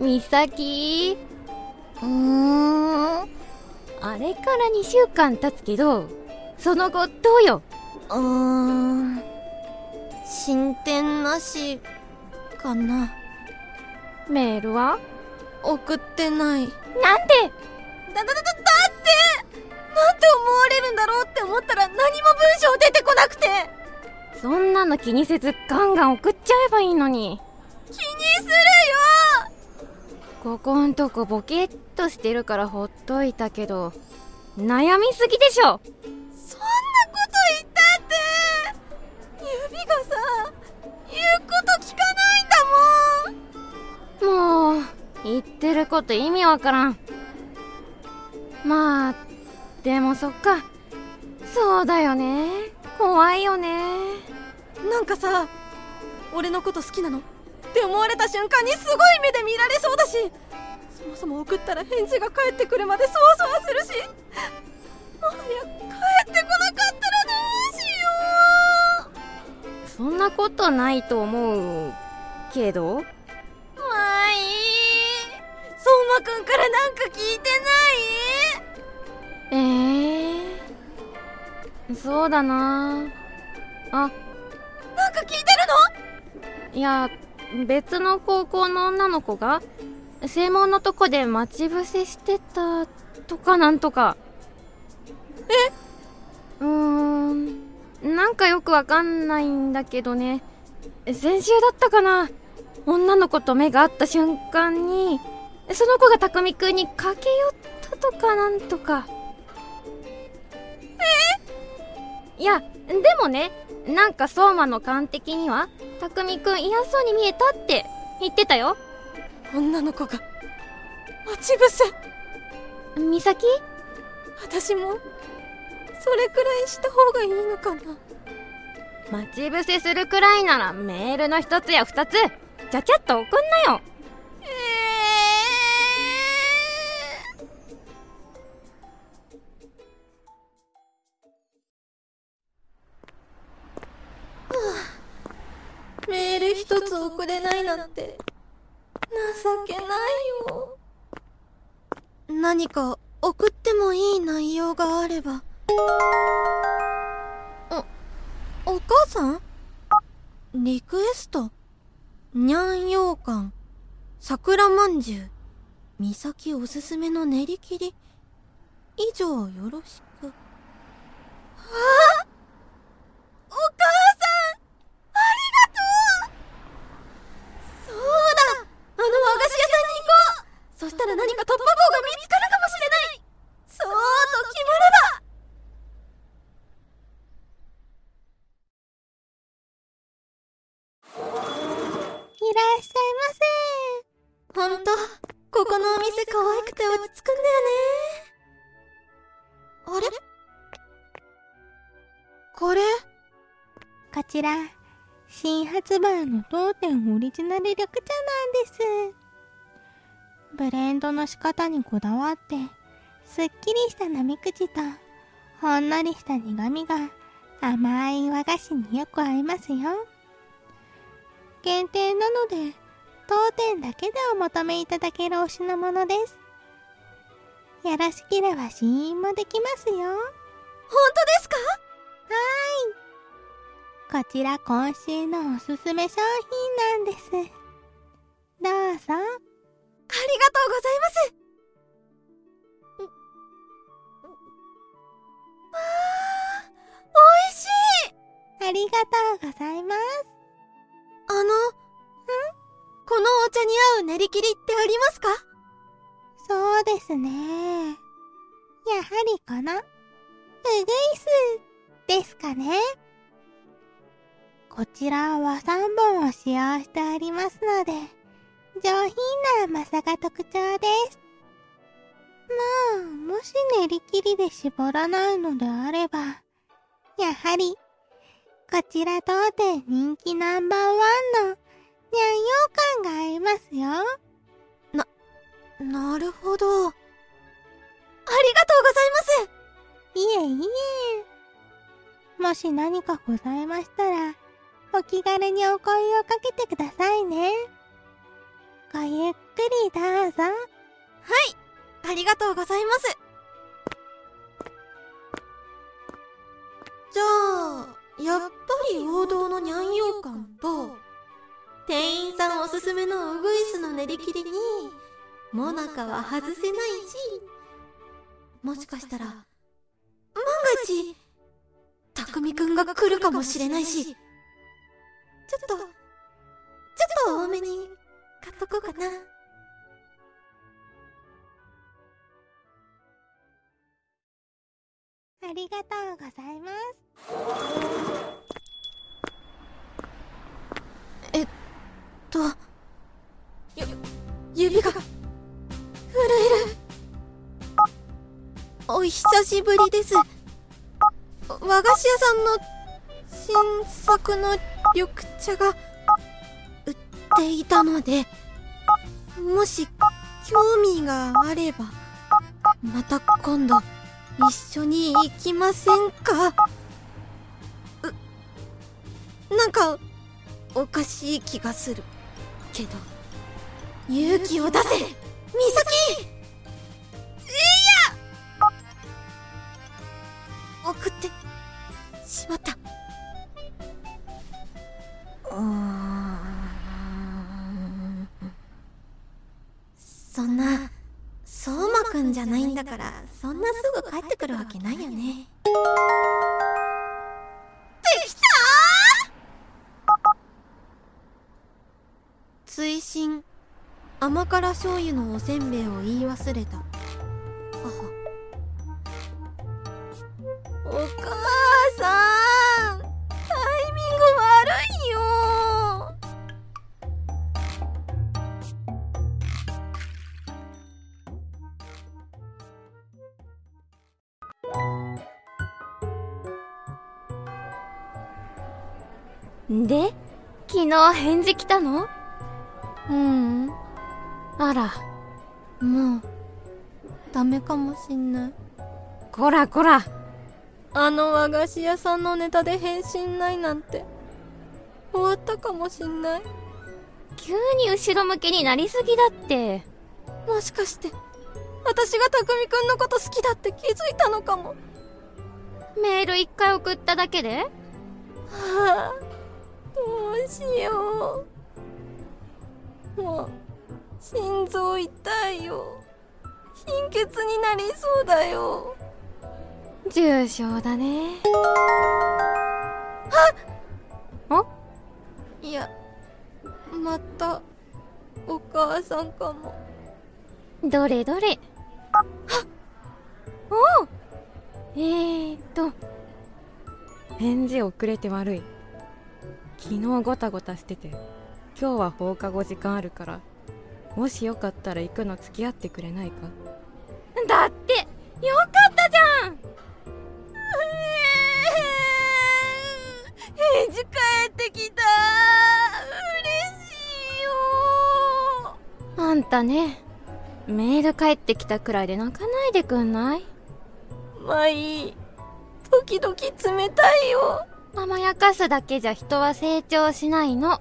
みさき。あれから2週間経つけど、その後どうよ？ 進展なしかな。 メールは送ってない。 なんで？ だってなんて思われるんだろうって思ったら何も文章出てこなくて。 そんなの気にせずガンガン送っちゃえばいいのに。 気にするよ。 ここんとこボケっとしてるからほっといたけど、悩みすぎでしょ。 そんなこと言ったって指がさ、言うこと聞かないんだもん。 もう言ってること意味わからん。まあでもそっか、そうだよね、怖いよね。 なんかさ、俺のこと好きなのって思われた瞬間にすごい目で見られそうだし、そもそも送ったら返事が返ってくるまでそわそわするし、もはや帰ってこなかったらどうしよう。 そんなことないと思うけど。 まあいい。相馬くんからなんか聞いてない？そうだなあ。 なんか聞いてるの？いや、別の高校の女の子が正門のとこで待ち伏せしてたとかなんとか。なんかよくわかんないんだけどね。先週だったかな、女の子と目が合った瞬間にその子が匠くんに駆け寄ったとかなんとか。いやでもね、なんか相馬の勘的には匠くん嫌そうに見えたって言ってたよ。 女の子が待ち伏せ。 美咲？ 私もそれくらいした方がいいのかな。 待ち伏せするくらいならメールの一つや二つちゃちゃっと送んなよ。 メール一つ送れないなんて情けないよ。何か送ってもいい内容があれば。お母さん？リクエスト。にゃんようかん、桜まんじゅう、みさきおすすめの練り切り、以上よろしく。お母さん、ありがとう。そうだ、あの和菓子屋さんに行こう。そしたら何か突破口が見つかるかもしれない。そうと決まれば。いらっしゃいませ。ほんと、ここのお店可愛くて落ち着くんだよね。あれ？これ？ こちら、新発売の当店オリジナル緑茶なんです。ブレンドの仕方にこだわって、すっきりした飲み口と、ほんのりした苦味が甘い和菓子によく合いますよ。限定なので、当店だけでお求めいただけるお品物です。よろしければ試飲もできますよ。 ほんとですか？ こちら今週のおすすめ商品なんです。どうぞ。 ありがとうございます。おいしい。 ありがとうございます。 このお茶に合う練り切りってありますか？ そうですね。やはりこの、うぐいすですかね。こちらは3本を使用しておりますので、上品な甘さが特徴です。まあ、もし練り切りで絞らないのであれば、やはり、こちら当店人気ナンバーワンのにゃんようかんが合いますよ。 なるほど。ありがとうございます。 いえいえ。もし何かございましたら、お気軽にお声をかけてくださいね。ごゆっくりどうぞ。 ありがとうございます。じゃあ、やっぱり王道のニャン羊羹と、店員さんおすすめのウグイスの練り切りに、モナカは外せないし、もしかしたら、万が一、たくみくんが来るかもしれないし、ちょっと多めに買っとこうかな。 ありがとうございます。 指が震える。お久しぶりです。和菓子屋さんの新作の緑茶が売っていたので、もし興味があればまた今度一緒に行きませんか？なんかおかしい気がするけど、勇気を出せ、ミサキ！送ってしまった。そんな相馬くんじゃないんだから、そんなすぐ帰ってくるわけないよね。できたー！追伸、甘辛醤油のおせんべいを言い忘れた母。お母さん、タイミング悪いよ。 で、昨日返事来たの？あら、 もうダメかもしんない。 こらこら。 あの和菓子屋さんのネタで返信ないなんて終わったかもしんない。 急に後ろ向きになりすぎだって。 もしかして私がたくみくんのこと好きだって気づいたのかも。 メール1回送っただけで？ はあ、どうしよう。もう心臓痛いよ。貧血になりそうだよ。 重症だね。 いや、またお母さんかも。 どれどれ。おう。返事遅れて悪い。昨日ごたごたしてて、今日は放課後時間あるから、もしよかったら行くの付き合ってくれないか？だってよかったじゃん。 返事返ってきた。嬉しいよ。 あんたね、メール返ってきたくらいで泣かないでくんない？ まあいい。時々冷たいよ。 甘やかすだけじゃ人は成長しないの。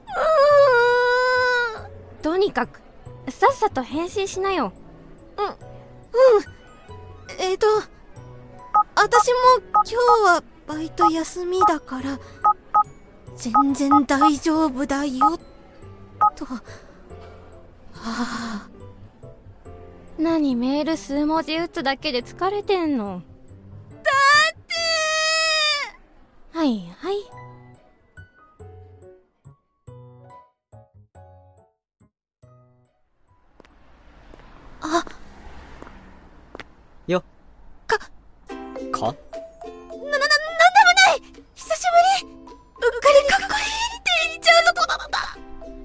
とにかくさっさと返信しなよ。 私も今日はバイト休みだから全然大丈夫だよと。 何メール数文字打つだけで疲れてんの？ だってはいはい。 よかなんでもない。久しぶり。うっかりかっこいいって言っちゃうとこだった。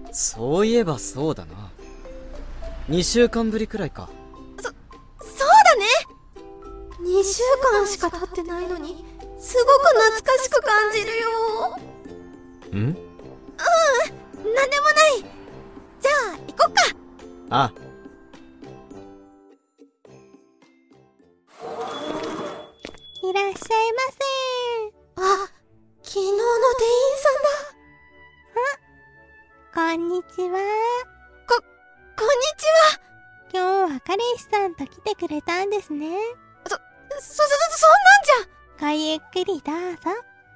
そういえばそうだな。2週間ぶりくらいか。 そうだね。2週間しか経ってないのにすごく懐かしく感じるよ。 ん？ なんでもない。じゃあ行こっか。 ああ。 いらっしゃいませ。 あ、昨日の店員さんだ。 こんにちは。 こんにちは。 今日は彼氏さんと来てくれたんですね。 そんなんじゃ。 ごゆっくりどうぞ。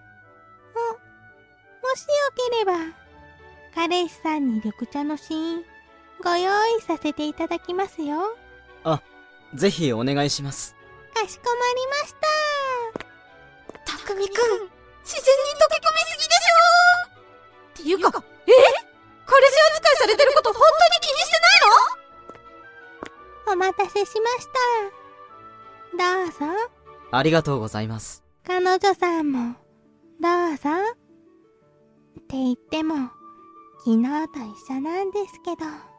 もしよければ、彼氏さんに緑茶のシーン、ご用意させていただきますよ。 あ、ぜひお願いします。 かしこまりました。 たくみくん、自然に溶け込みすぎでしょ。っていうか、彼氏扱いされてること本当に気にしてないの？ お待たせしました。どうぞ。 ありがとうございます。 彼女さんも、どうぞ。って言っても、昨日と一緒なんですけど。 そんな。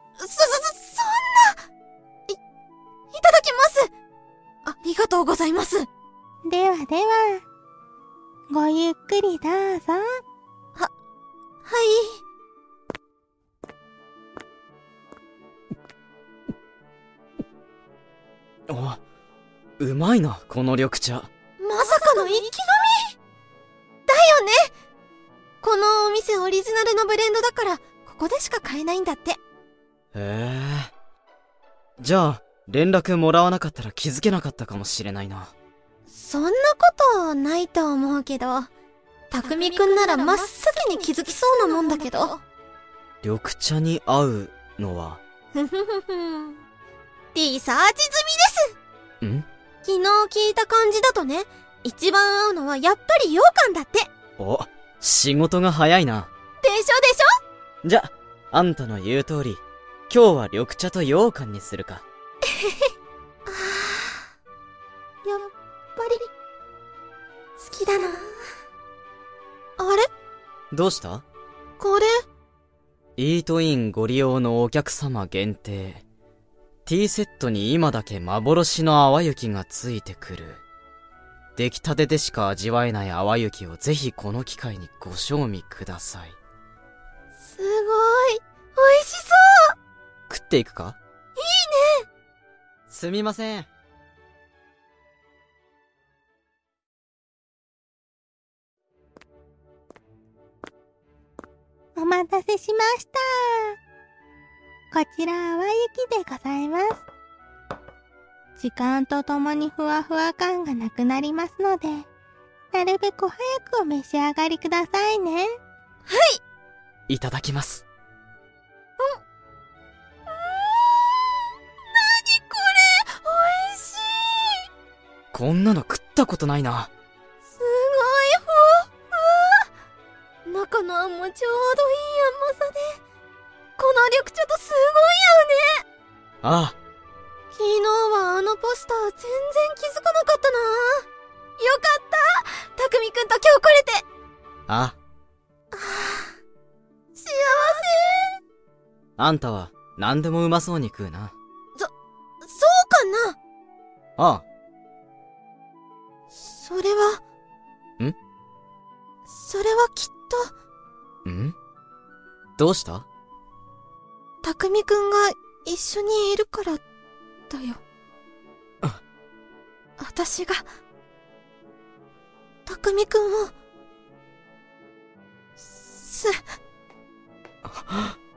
いただきます。ありがとうございます。 ではでは、ごゆっくりどうぞ。 はい。 お、うまいな、この緑茶。 まさかの一気飲みだよね。このお店オリジナルのブレンドだから、ここでしか買えないんだって。 へえ。じゃあ、連絡もらわなかったら気づけなかったかもしれないな。 そんなことないと思うけど、たくみくんなら真っ先に気づきそうなもんだけど。 緑茶に合うのはリサーチ済みです。 ん？ 昨日聞いた感じだとね、一番合うのはやっぱり羊羹だって。 お、仕事が早いな。 でしょでしょ。 じゃ、あんたの言う通り、今日は緑茶と羊羹にするか。 やっぱり好きだな。あれ？ どうした？ これイートインご利用のお客様限定。ティーセットに今だけ幻の淡雪がついてくる。出来たてでしか味わえない淡雪をぜひこの機会にご賞味ください。 すごい美味しそう。 食っていくか？ いいね。 すみません。 お待たせしました。こちら淡雪でございます。時間とともにふわふわ感がなくなりますので、なるべく早くお召し上がりくださいね。 いただきます。 なにこれ、美味しい。 こんなの食ったことないな。 すごいふわふわ。中のあんもちょうどいい甘さで、この緑茶とすごい合うね。 ああ。 昨日はあのポスター全然気づかなかったな。よかった。たくみくんと今日来れて。 ああ。 幸せ。 あんたは何でもうまそうに食うな。 そうかな。 ああ。 それはきっと。 ん？どうした？ たくみくんが一緒にいるからだよ。私がたくみくんを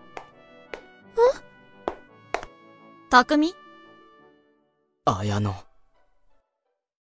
たくみ？ 綾乃。